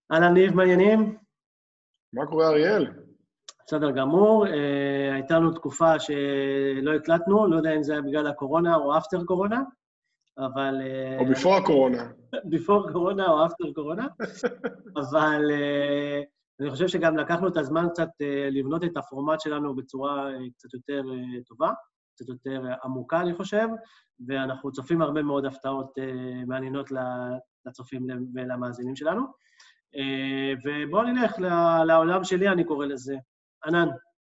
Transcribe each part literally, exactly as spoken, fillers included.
אהלן ניב, מעניינים? מה קורה אריאל? בסדר גמור, אה, הייתה לנו תקופה שלא הקלטנו, לא יודע אם זה היה בגלל הקורונה או אפטר קורונה, אבל... או בפור הקורונה. בפור קורונה או אפטר קורונה, אבל אה, אני חושב שגם לקחנו את הזמן קצת אה, לבנות את הפורמט שלנו בצורה אה, קצת יותר אה, טובה, קצת יותר אה, עמוקה, אני חושב, ואנחנו צופים הרבה מאוד הפתעות אה, מעניינות לצופים ולמאזינים שלנו. ובואו נלך לעולם שלי, אני קורא לזה, ענן.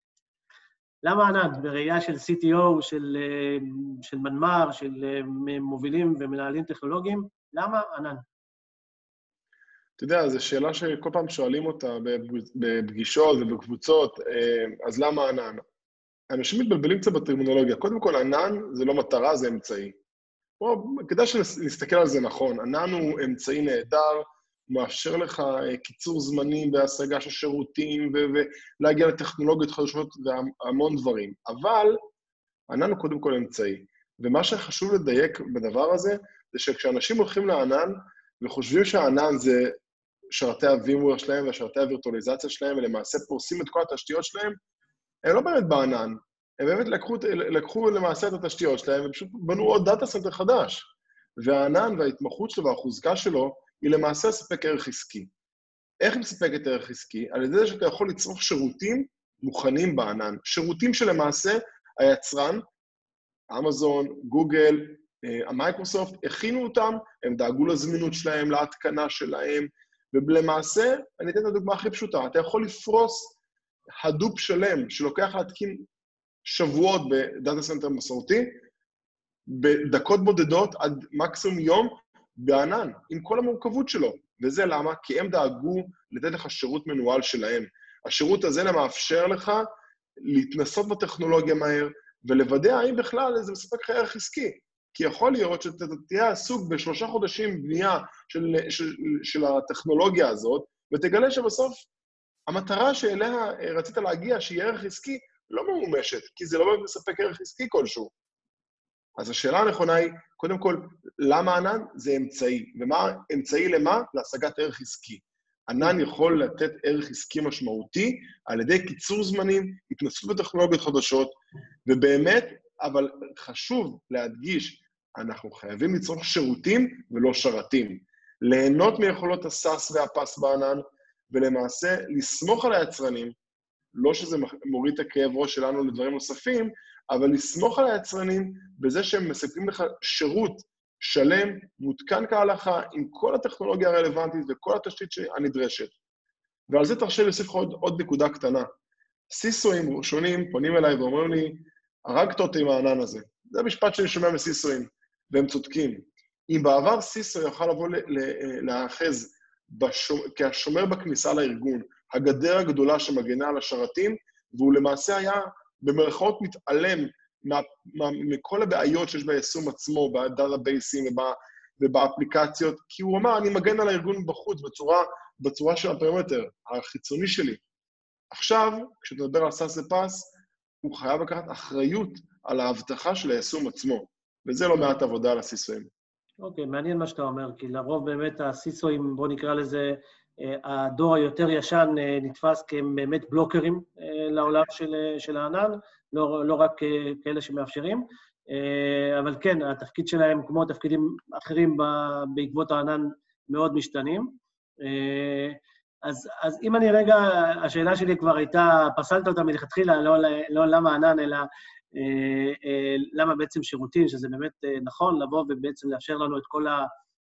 למה ענן? בראייה של סי טי או, של, של מנמ"ר, של מובילים ומנהלים טכנולוגיים, למה ענן? אתה יודע, זו שאלה שכל פעם שואלים אותה בפגישות ובקבוצות, אז למה ענן? אנשים מתבלבלים קצת בטרמינולוגיה. קודם כל, ענן זה לא מטרה, זה אמצעי. פה, כדאי שנסתכל על זה נכון. ענן הוא אמצעי נהדר, הוא מאפשר לך קיצור זמנים בהשגה של שירותים, ולהגיע לטכנולוגיות חדשות והמון דברים. אבל ענן הוא קודם כל אמצעי. ומה שחשוב לדייק בדבר הזה, זה שכשאנשים הולכים לענן, וחושבים שהענן זה שרתי הווימוור שלהם, ושרתי הווירטואליזציה שלהם, ולמעשה פורסים את כל התשתיות שלהם, הם לא באמת בענן. הם באמת לקחו, לקחו למעשה את התשתיות שלהם, ופשוט בנו עוד דאטה סנטר חדש. והענן וההתמחות שלו והחוזקה שלו, היא למעשה לספק ערך עסקי. איך היא מספקת ערך עסקי? על ידי זה שאתה יכול לצרוך שירותים מוכנים בענן. שירותים שלמעשה היצרן, אמזון, גוגל, המייקרוסופט, הכינו אותם, הם דאגו לזמינות שלהם, להתקנה שלהם, ולמעשה, אני אתן את הדוגמה הכי פשוטה, אתה יכול לפרוס הדופ שלם שלוקח להתקין שבועות בדאטה סנטר מסורתי, בדקות בודדות עד מקסימום יום, בענן, עם כל המורכבות שלו. וזה למה? כי הם דאגו לתת לך שירות מנוהל שלהם. השירות הזה מאפשר לך להתנסות בטכנולוגיה מהר, ולוודא האם בכלל זה מספק לך ערך עסקי. כי יכול להיות שאתה תהיה עסוק בשלושה חודשים בנייה של, של, של הטכנולוגיה הזאת, ותגלה שבסוף המטרה שאליה רצית להגיע, שהיא ערך עסקי, לא ממומשת, כי זה לא באמת מספק ערך עסקי כלשהו. אז השאלה הנכונה היא, קודם כל, למה ענן? זה אמצעי. ומה אמצעי למה? להשגת ערך עסקי. ענן יכול לתת ערך עסקי משמעותי על ידי קיצור זמנים, התנסות בטכנולוגיות חדשות, ובאמת, אבל חשוב להדגיש, אנחנו חייבים לצרוך שירותים ולא שרתים. ליהנות מיכולות הסאס והפס בענן, ולמעשה לסמוך על היצרנים, לא שזה מוריד את הכאב ראש שלנו לדברים נוספים, אבל לסמוך על היצרנים בזה שהם מספקים לך שירות שלם, מותקן כהלכה, עם כל הטכנולוגיה הרלוונטית וכל התשתית הנדרשת. ועל זה תרשה להוסיף עוד, עוד נקודה קטנה. סיסואים ראשונים פונים אליי ואומרים לי, הרגת אותי עם הענן הזה. זה המשפט שאני שומע מסיסואים, והם צודקים. אם בעבר סיסו יוכל לבוא להאחז כשומר בכניסה לארגון, הגדר הגדולה שמגנה על השרתים, והוא למעשה היה במרכאות מתעלם מה, מה, מכל הבעיות שיש ביישום עצמו, בדאטאבייסים ובא, ובאפליקציות, כי הוא אמר, אני מגן על הארגון בחוץ, בצורה, בצורה של הפרימטר, החיצוני שלי. עכשיו, כשאתה מדבר על סאס ופס, הוא חייב לקחת אחריות על ההבטחה של היישום עצמו, וזה לא מעט עבודה על הסיסויים. אוקיי, מעניין מה שאתה אומר, כי לרוב באמת הסיסויים, בוא נקרא לזה, הדור היותר ישן נתפס כבאמת בלוקרים לעולם של, של הענן, לא, לא רק כאלה שמאפשרים, אבל כן, התפקיד שלהם, כמו תפקידים אחרים בעקבות הענן, מאוד משתנים. אז, אז אם אני רגע, השאלה שלי כבר הייתה, פסלת אותה מלכתחילה, לא, לא למה ענן, אלא למה בעצם שירותים, שזה באמת נכון לבוא ובעצם לאפשר לנו את כל ה...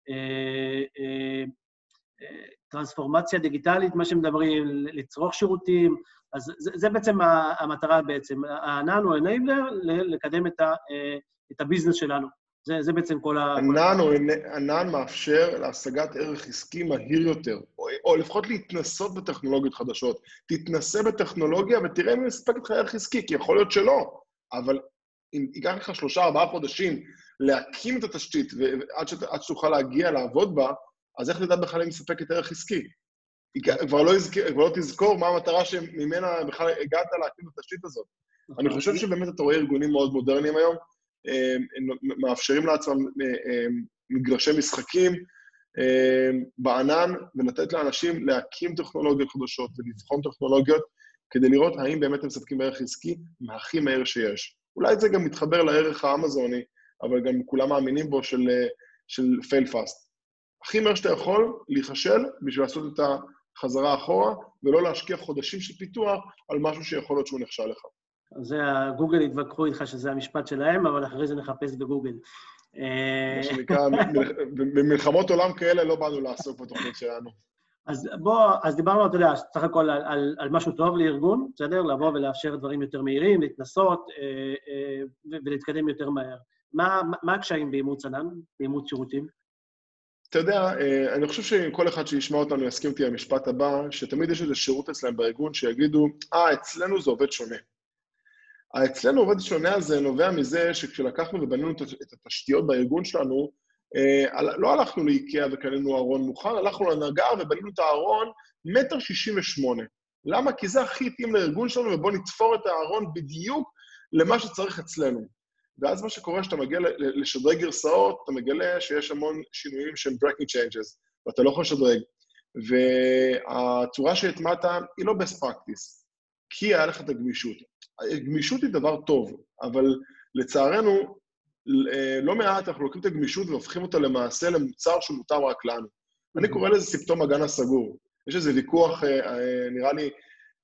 טרנספורמציה דיגיטלית, מה שמדברים, לצרוך שירותים, אז זה, זה בעצם המטרה בעצם. הענן הוא enabler לקדם את, ה, את הביזנס שלנו. זה, זה בעצם כל ה... ענן או ענן מאפשר להשגת ערך עסקי מהיר יותר, או, או לפחות להתנסות בטכנולוגיות חדשות. תתנסה בטכנולוגיה ותראה אם מספק לך ערך עסקי, כי יכול להיות שלא, אבל אם ייקח לך שלושה, ארבעה חודשים להקים את התשתית, ועד שת, שתוכל להגיע לעבוד בה, אז איך לדעת בכלל אם מספקת ערך עסקי? כבר לא, יזכיר, כבר לא תזכור מה המטרה שממנה בכלל הגעת להקים את התשתית הזאת. אני חושב שבאמת אתה רואה ארגונים מאוד מודרניים היום, מאפשרים לעצמם מגרשי משחקים, בענן, ולתת לאנשים להקים טכנולוגיות חדשות ולבחון טכנולוגיות, כדי לראות האם באמת הם מספקים ערך עסקי מהכי מהר שיש. אולי זה גם מתחבר לערך האמזוני, אבל גם כולם מאמינים בו של, של fail fast. הכי מהר שאתה יכול להיחשל בשביל לעשות את החזרה אחורה, ולא להשקיע חודשים של פיתוח על משהו שיכול להיות שהוא נכשל לך. זה הגוגל התווכחו איתך שזה המשפט שלהם, אבל אחרי זה נחפש בגוגל. מה שנקרא, במלחמות עולם כאלה לא באנו לעסוק בתוכנית שלנו. אז בוא, אז דיברנו, אתה יודע, סך הכל על, על, על משהו טוב לארגון, בסדר? לבוא ולאפשר דברים יותר מהירים, להתנסות אה, אה, ולהתקדם יותר מהר. מה, מה הקשיים באימוץ ענן, באימוץ שירותים? אתה יודע, אני חושב שכל אחד שישמע אותנו יסכים אותי המשפט הבא, שתמיד יש איזה שירות אצלם בארגון שיגידו, אה, אצלנו זה עובד שונה. אצלנו עובד שונה הזה נובע מזה שכשלקחנו ובנינו את התשתיות בארגון שלנו, לא הלכנו לאיקאה וקנינו ארון מוכן, הלכנו לנגר ובנינו את הארון מטר שישים ושמונה. למה? כי זה הכי התאים לארגון שלנו, ובוא נתפור את הארון בדיוק למה שצריך אצלנו. ואז מה שקורה, שאתה מגיע לשדרג גרסאות, אתה מגלה שיש המון שינויים שהם breaking changes, ואתה לא יכול לשדרג. והצורה שהטמעת היא לא best practice, כי היה לך את הגמישות. גמישות היא דבר טוב, אבל לצערנו, לא מעט אנחנו לוקחים את הגמישות והופכים אותה למעשה למוצר שמותר רק לנו. אני קורא לזה סימפטום הגן הסגור. יש איזה ויכוח, נראה לי,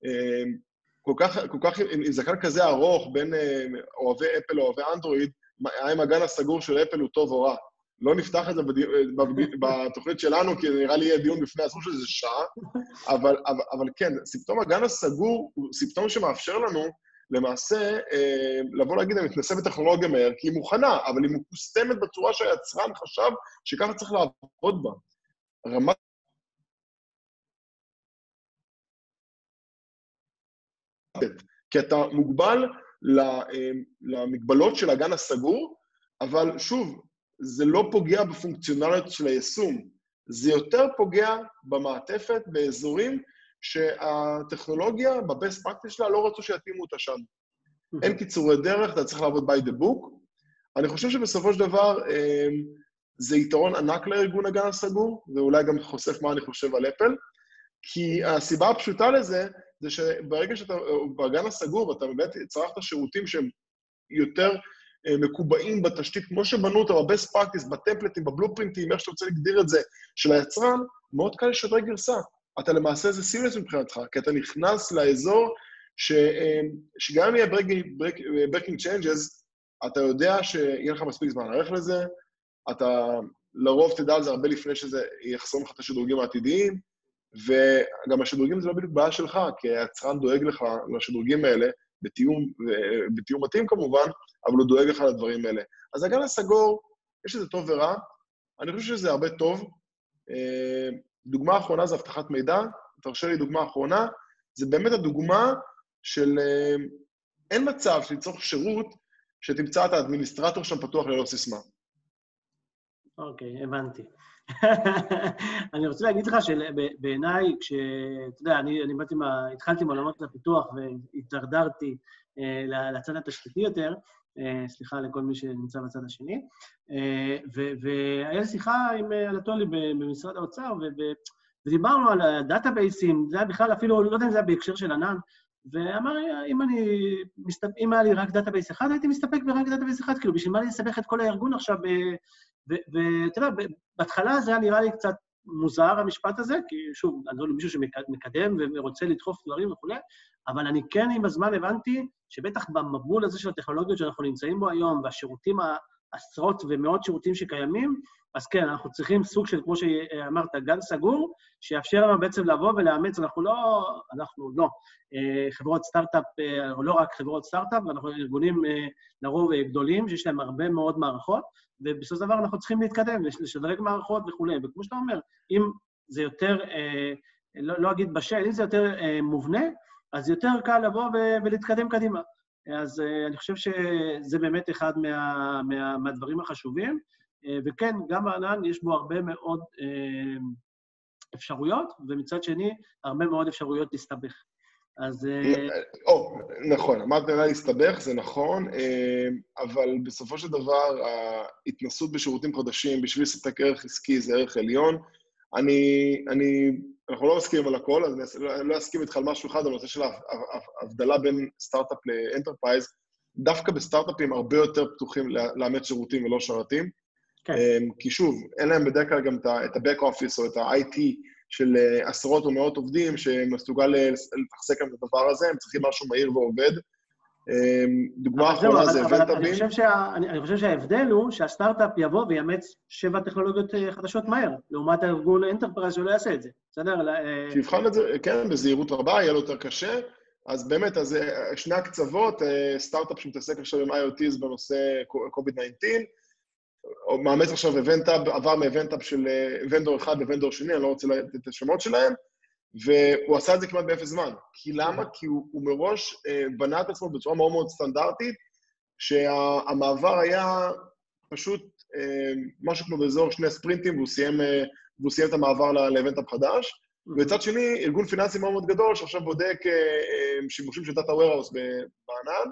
כל כך, כל כך, עם זקן כזה ארוך בין אוהבי אפל או אוהבי אנדרואיד, האם הגן הסגור של אפל הוא טוב או רע. לא נפתח את זה בתוכנית שלנו, כי נראה לי יהיה דיון בפני עצמו שזה שעה, אבל, אבל, אבל כן, סימפטום הגן הסגור הוא סימפטום שמאפשר לנו, למעשה, לבוא להגיד, אני מתנסה בטכנולוגיה מהר, כי היא מוכנה, אבל היא מוקוסטמת בצורה שהיצרן חשב שככה צריך לעבוד בה. רמת... כי אתה מוגבל למגבלות של הגן הסגור, אבל שוב, זה לא פוגע בפונקציונליות של היישום, זה יותר פוגע במעטפת, באזורים שהטכנולוגיה, בבסט פרקטיס שלה, לא רצו שיתאימו אותה שם. אין קיצורי דרך, אתה צריך לעבוד by the book. אני חושב שבסופו של דבר, זה יתרון ענק לארגון הגן הסגור, ואולי גם חושף מה אני חושב על אפל, כי הסיבה הפשוטה לזה, זה שברגע שאתה בגן הסגור, ואתה באמת צריך את השירותים שהם יותר מקובעים בתשתית, כמו שבנו אותה בבסט פרקטיס, בטמפלטים, בבלופרינטים, איך שאתה רוצה להגדיר את זה, של היצרן, מאוד קל לשדרג גרסה. אתה למעשה זה סיריוס מבחינתך, כי אתה נכנס לאזור ש, שגם אם יהיה breaking changes, אתה יודע שיהיה לך מספיק זמן לערך לזה, אתה לרוב תדע על זה הרבה לפני שזה יחסום לך את השדרוגים העתידיים, וגם השדרוגים זה לא בדיוק בעיה שלך, כי היצרן דואג לך לשדרוגים האלה, בתיאום, בתיאום מתאים כמובן, אבל הוא דואג לך לדברים האלה. אז הגן הסגור, יש איזה טוב ורע, אני חושב שזה הרבה טוב. דוגמה האחרונה זה הבטחת מידע, תרשה לי דוגמה האחרונה, זה באמת הדוגמה של אין מצב שליצור שירות שתמצא את האדמיניסטרטור שם פתוח ללא סיסמה. אוקיי, הבנתי. אני רוצה להגיד לך שבעיניי, כשאתה יודע, אני, אני באתי מה, התחלתי מעולמות הפיתוח והתדרדרתי לצד התשתיתי יותר, סליחה לכל מי שנמצא בצד השני, והיה לי שיחה עם אלטולי במשרד האוצר, ודיברנו על הדאטאבייסים, זה היה בכלל אפילו, לא יודע אם זה היה בהקשר של ענן, ואמר, אם אני, אם היה לי רק דאטאבייס אחד, הייתי מסתפק ברק דאטאבייס אחד, כאילו, בשביל מה לי לסבך את כל הארגון עכשיו, ואתה יודע, בהתחלה זה היה נראה לי קצת מוזר, המשפט הזה, כי שוב, אני לא מישהו שמקדם ורוצה לדחוף דברים וכו', אבל אני כן עם הזמן הבנתי שבטח במבול הזה של הטכנולוגיות שאנחנו נמצאים בו היום, והשירותים העשרות ומאות שירותים שקיימים, אז כן, אנחנו צריכים סוג של, כמו שאמרת, גן סגור, שיאפשר לנו בעצם לבוא ולאמץ, אנחנו לא, אנחנו לא, חברות סטארט-אפ, או לא רק חברות סטארט-אפ, אנחנו ארגונים לרוב גדולים, שיש להם הרבה מאוד מערכות, ובסופו של דבר אנחנו צריכים להתקדם, לשדרג מערכות וכו'. וכמו שאתה אומר, אם זה יותר, לא, לא אגיד בשל, אם זה יותר מובנה, אז יותר קל לבוא ולהתקדם קדימה. אז אני חושב שזה באמת אחד מה, מה, מהדברים החשובים, וכן, גם בענן יש בו הרבה מאוד אפשרויות, ומצד שני, הרבה מאוד אפשרויות להסתבך. אז... או, נכון, אמרת נראה להסתבך, זה נכון, אבל בסופו של דבר, ההתנסות בשירותים חדשים, בשביל לספק ערך עסקי זה ערך עליון. אני, אני, אנחנו לא מסכימים על הכל, אז אני לא אסכים איתך על משהו אחד, על נושא של ההבדלה בין סטארט-אפ לאנטרפרייז, דווקא בסטארט-אפים הרבה יותר פתוחים לאמץ שירותים ולא שרתים, כן. כי שוב, אין להם בדרך כלל גם את ה-back office או את ה-איי טי של עשרות או מאות עובדים שמסוגל לתחזק את הדבר הזה, הם צריכים משהו מהיר ועובד. דוגמה האחרונה זה אבל אני חושב שה, אני חושב שההבדל הוא שהסטארט-אפ יבוא ויאמץ שבע טכנולוגיות חדשות מהר, לעומת הארגון אנטרפרייז שלא יעשה את זה. בסדר? שיבחן את זה, כן, בזהירות רבה, יהיה לו יותר קשה. אז באמת, אז שני הקצוות, סטארט-אפ שמתעסק עכשיו עם איי או טיז בנושא קוביד תשע עשרה, או מאמץ עכשיו אבנטאב, עבר מאבנטאב של ונדור אחד לוונדור שני, אני לא רוצה לתת את השמות שלהם, והוא עשה את זה כמעט באפס זמן. כי למה? כי הוא, הוא מראש בנה את עצמו בצורה מאוד מאוד סטנדרטית, שהמעבר היה פשוט משהו כמו באזור שני ספרינטים, והוא סיים, והוא סיים את המעבר לאבנטאב חדש. ובצד שני, ארגון פיננסי מאוד מאוד גדול, שעכשיו בודק שימושים של דאטה ווירהאוס בענן,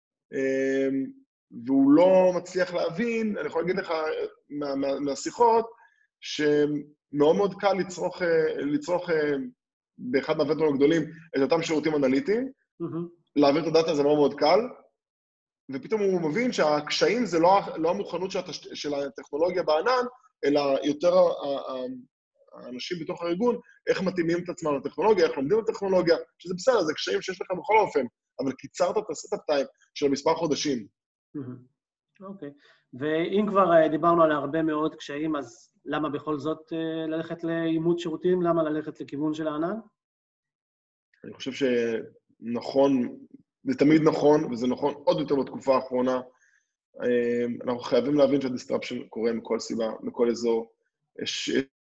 והוא לא מצליח להבין, אני יכול להגיד לך מה, מה, מהשיחות, שמאוד מאוד קל לצרוך, לצרוך באחד מהוונדורים הגדולים את אותם שירותים אנליטיים, mm-hmm. להעביר את הדאטה זה מאוד מאוד קל, ופתאום הוא מבין שהקשיים זה לא, לא המוכנות של, התש... של הטכנולוגיה בענן, אלא יותר האנשים בתוך הארגון, איך מתאימים את עצמם לטכנולוגיה, איך לומדים את הטכנולוגיה, שזה בסדר, זה קשיים שיש לך בכל אופן, אבל קיצרת את הסטאפ טיים של מספר חודשים. אוקיי. ואם כבר דיברנו על הרבה מאוד קשיים, אז למה בכל זאת ללכת לאימות שירותים? למה ללכת לכיוון של הענן? אני חושב שנכון, זה תמיד נכון, וזה נכון עוד יותר בתקופה האחרונה. אנחנו חייבים להבין שהדיסטרפשן קורה מכל סיבה, מכל אזור. יש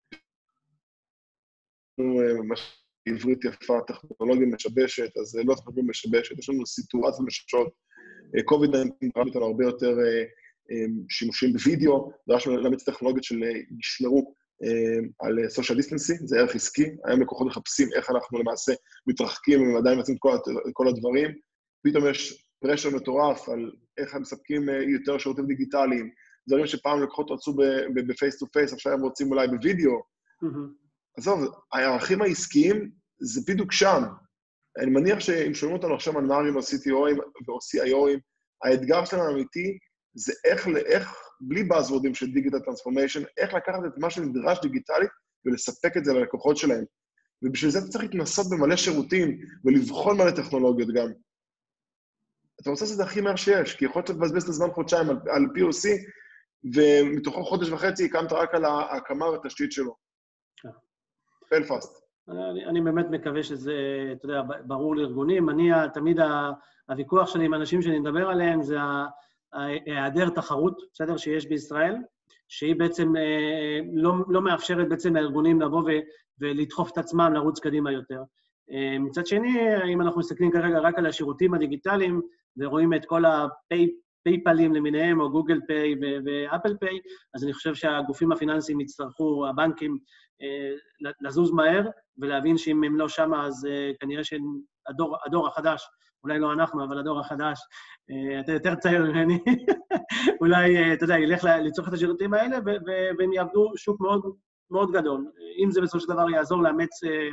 עברית יפה, טכנולוגיה משבשת, אז לא טכנולוגיה משבשת, יש לנו סיטואציות משבשות. קוביד תשע עשרה דרש אותנו הרבה יותר שימושים בווידאו, דרש לאמץ טכנולוגיות של ישמרו על סושיאל דיסטנסי, זה ערך עסקי, היום לקוחות מחפשים איך אנחנו למעשה מתרחקים ועדיין מצאים את כל הדברים, פתאום יש פרשר מטורף על איך הם מספקים יותר שירותים דיגיטליים, דברים שפעם לקוחות רצו בפייס טו פייס, עכשיו הם רוצים אולי בווידאו. עזוב, הערכים העסקיים זה בדיוק שם. אני מניח שאם שומעים אותנו עכשיו מנמ"רים או סי טי או'ים או סי איי או'ים, האתגר שלנו האמיתי זה איך, איך, בלי באזוורדים של דיגיטל טרנספורמיישן, איך לקחת את מה שנדרש דיגיטלית ולספק את זה ללקוחות שלהם. ובשביל זה אתה צריך להתנסות במלא שירותים ולבחון מלא טכנולוגיות גם. אתה רוצה לעשות את זה הכי מהר שיש, כי יכול להיות לבזבז את הזמן חודשיים על, על פי או סי, ומתוכו חודש וחצי הקמת רק על ההקמה והתשתית שלו. פייל פאסט. אני, אני באמת מקווה שזה, אתה יודע, ברור לארגונים. אני, תמיד הוויכוח שלי עם אנשים שאני מדבר עליהם, זה היעדר תחרות, בסדר, שיש בישראל, שהיא בעצם לא, לא מאפשרת בעצם לארגונים לבוא ו, ולדחוף את עצמם לרוץ קדימה יותר. מצד שני, אם אנחנו מסתכלים כרגע רק על השירותים הדיגיטליים, ורואים את כל הפייפלים למיניהם, או גוגל פיי ואפל פיי, אז אני חושב שהגופים הפיננסיים יצטרכו, הבנקים, לזוז מהר, ולהבין שאם הם לא שם, אז כנראה שהדור, הדור החדש, אולי לא אנחנו, אבל הדור החדש, אתה יותר צעיר ממני, אולי, אתה יודע, ילך לצורך את השירותים האלה, והם יעבדו שוק מאוד, מאוד גדול. אם זה בסופו של דבר יעזור לאמץ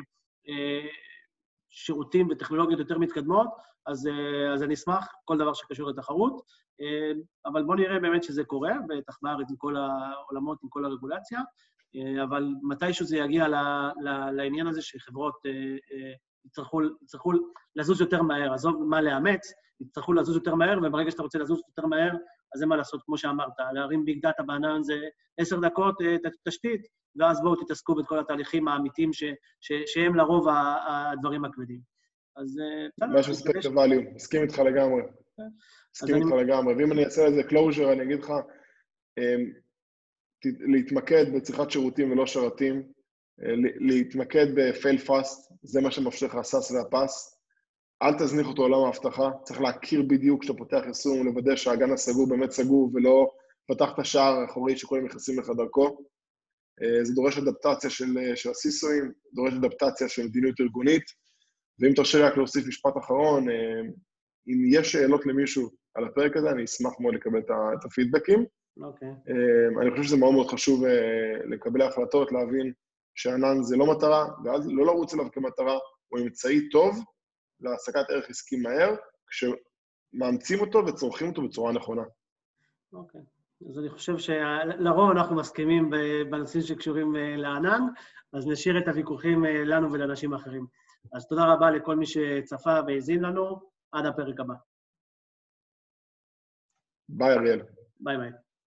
שירותים וטכנולוגיות יותר מתקדמות, אז, אז אני אשמח, כל דבר שקשור לתחרות, אבל בואו נראה באמת שזה קורה, בטח בארץ עם כל העולמות, עם כל הרגולציה, אבל מתישהו זה יגיע ל, ל, לעניין הזה שחברות יצטרכו, יצטרכו לזוז יותר מהר, עזוב מה לאמץ, יצטרכו לזוז יותר מהר, וברגע שאתה רוצה לזוז יותר מהר, אז זה מה לעשות, כמו שאמרת, להרים ביג דאטה בענן זה עשר דקות תשתית, ואז בואו תתעסקו בכל התהליכים האמיתיים ש, ש, שהם לרוב הדברים הכבדים. אז... מה שמספק את הvalue, מסכים איתך לגמרי. מסכים איתך לגמרי, ואם אני אעשה איזה closure, אני אגיד לך, להתמקד בצריכת שירותים ולא שרתים, להתמקד בפייל פאסט, זה מה שמפשר לך הסאס והפס, אל תזניח אותו עולם ההבטחה, צריך להכיר בדיוק כשאתה פותח יישום, לוודא שהאגן הסגור באמת סגור, ולא פתח את השער האחורי שכולם נכנסים לך דרכו. זה דורש אדפטציה של, של הסיסויים, דורש אדפטציה של מדיניות ארגונית, ואם תרשה לי רק להוסיף משפט אחרון, אם יש שאלות למישהו על הפרק הזה, אני אשמח מאוד לקבל את הפידבקים. אוקיי. אני חושב שזה מאוד מאוד חשוב לקבל ההחלטות, להבין שענן זה לא מטרה, ואז לא לרוץ אליו כמטרה, הוא אמצעי טוב להעסקת ערך עסקי מהר, כשמאמצים אותו וצורכים אותו בצורה נכונה. אוקיי. אז אני חושב שלרוב אנחנו מסכימים בנושאים שקשורים לענן, אז נשאיר את הוויכוחים לנו ולאנשים אחרים. אז תודה רבה לכל מי שצפה והאזין לנו, עד הפרק הבא. ביי, אריאל. ביי ביי.